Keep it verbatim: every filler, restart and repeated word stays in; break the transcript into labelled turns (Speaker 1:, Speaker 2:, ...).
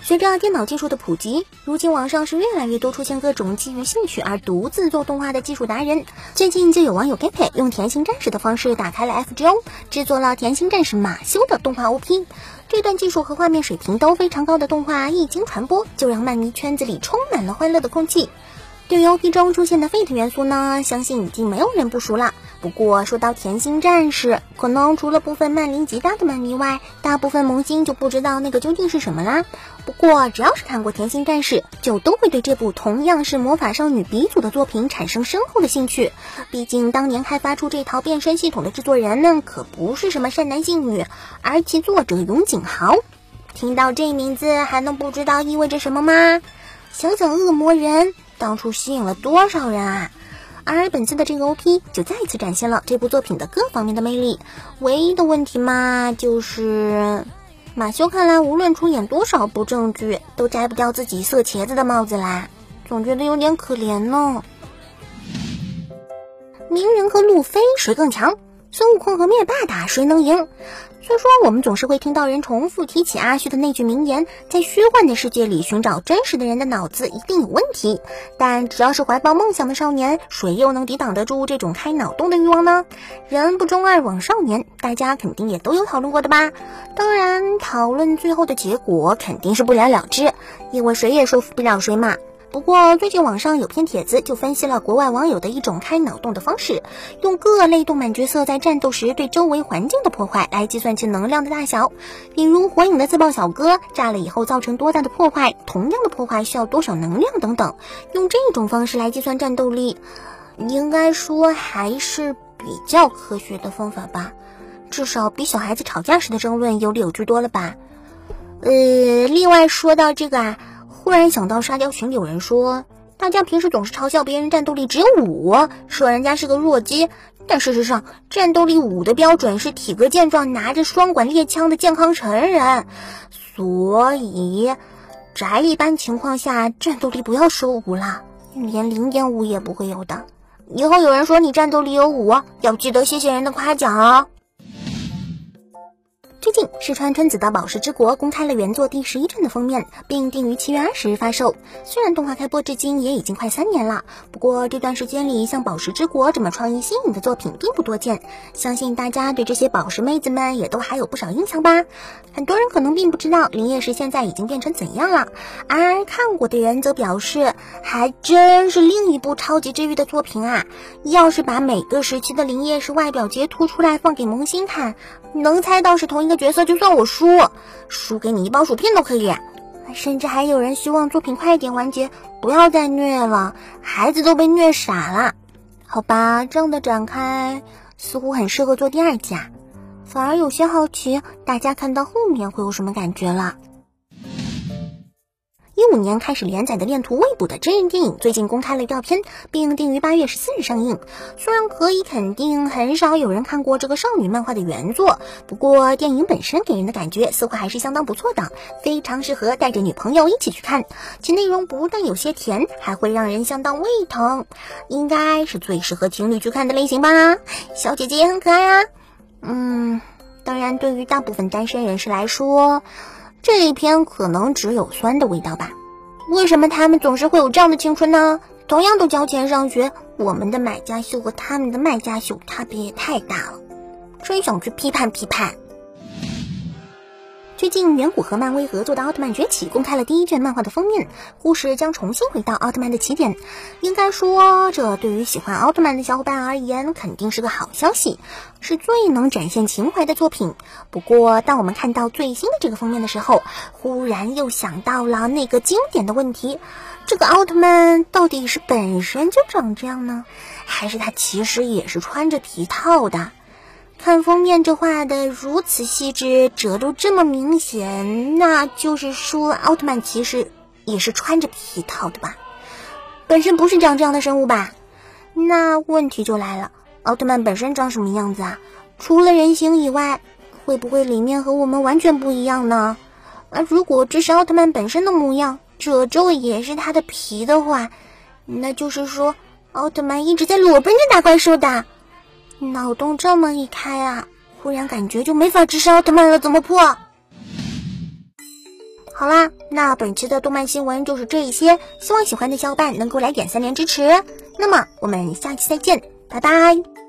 Speaker 1: 随着电脑技术的普及，如今网上是越来越多出现各种基于兴趣而独自做动画的技术达人。最近就有网友 Gape 用甜心战士的方式打开了 F G O， 制作了甜心战士马修的动画 O P。这段技术和画面水平都非常高的动画一经传播，就让漫迷圈子里充满了欢乐的空气。对于 O P 中出现的 Fate 元素呢，相信已经没有人不熟了。不过说到甜心战士，可能除了部分漫龄极大的漫迷外，大部分萌新就不知道那个究竟是什么啦。不过只要是看过甜心战士，就都会对这部同样是魔法少女鼻祖的作品产生深厚的兴趣。毕竟当年开发出这套变身系统的制作人呢，可不是什么善男信女，而其作者永井豪。听到这名字还能不知道意味着什么吗？想想恶魔人当初吸引了多少人啊！而本次的这个 O P 就再次展现了这部作品的各方面的魅力。唯一的问题嘛，就是马修看来无论出演多少部正剧，都摘不掉自己色茄子的帽子啦，总觉得有点可怜呢。鸣人和路飞谁更强？孙悟空和灭霸打谁能赢？虽说我们总是会听到人重复提起阿虚的那句名言，在虚幻的世界里寻找真实的人的脑子一定有问题，但只要是怀抱梦想的少年，谁又能抵挡得住这种开脑洞的欲望呢？人不中二枉少年，大家肯定也都有讨论过的吧？当然讨论最后的结果肯定是不了了之，因为谁也说服不了谁嘛。不过最近网上有篇帖子就分析了国外网友的一种开脑洞的方式，用各类动漫角色在战斗时对周围环境的破坏来计算其能量的大小。比如火影的自爆小哥炸了以后造成多大的破坏，同样的破坏需要多少能量等等，用这种方式来计算战斗力，应该说还是比较科学的方法吧，至少比小孩子吵架时的争论有理有据多了吧。呃，另外说到这个啊，忽然想到沙雕群里有人说，大家平时总是嘲笑别人战斗力只有五，说人家是个弱鸡，但事实上战斗力五的标准是体格健壮拿着双管猎枪的健康成人，所以宅一般情况下战斗力不要说五啦，连 零点五 也不会有的。以后有人说你战斗力有五，要记得谢谢人的夸奖哦。最近石川春子的《宝石之国》公开了原作第十一卷的封面，并定于七月二十日发售。虽然动画开播至今也已经快三年了，不过这段时间里像《宝石之国》这么创意新颖的作品并不多见，相信大家对这些宝石妹子们也都还有不少印象吧。很多人可能并不知道灵叶石现在已经变成怎样了，而看过的人则表示还真是另一部超级治愈的作品啊！要是把每个时期的灵叶石外表截图出来放给萌新看，能猜到是同一个角色就算我输，输给你一包薯片都可以。甚至还有人希望作品快点完结，不要再虐了，孩子都被虐傻了。好吧，这样的展开似乎很适合做第二季啊，反而有些好奇大家看到后面会有什么感觉了。一五年开始连载的恋图未补的真人电影最近公开了预告片，并定于八月十四日上映。虽然可以肯定很少有人看过这个少女漫画的原作，不过电影本身给人的感觉似乎还是相当不错的，非常适合带着女朋友一起去看。其内容不但有些甜，还会让人相当胃疼，应该是最适合情侣去看的类型吧。小姐姐也很可爱啊。嗯，当然对于大部分单身人士来说，这一篇可能只有酸的味道吧。为什么他们总是会有这样的青春呢？同样都交钱上学，我们的买家秀和他们的卖家秀差别也太大了，真想去批判批判。最近远古和漫威合作的奥特曼崛起公开了第一卷漫画的封面，故事将重新回到奥特曼的起点。应该说这对于喜欢奥特曼的小伙伴而言肯定是个好消息，是最能展现情怀的作品。不过当我们看到最新的这个封面的时候，忽然又想到了那个经典的问题，这个奥特曼到底是本身就长这样呢，还是他其实也是穿着皮套的？看封面这画的如此细致，褶度这么明显，那就是说奥特曼其实也是穿着皮套的吧？本身不是长这样的生物吧？那问题就来了，奥特曼本身长什么样子啊？除了人形以外，会不会里面和我们完全不一样呢？而如果这是奥特曼本身的模样，褶皱也是他的皮的话，那就是说奥特曼一直在裸奔着打怪兽的。脑洞这么一开啊，忽然感觉就没法直视奥特曼了，怎么破？ 好啦，那本期的动漫新闻就是这一些，希望喜欢的小伙伴能够来点三连支持。那么我们下期再见，拜拜。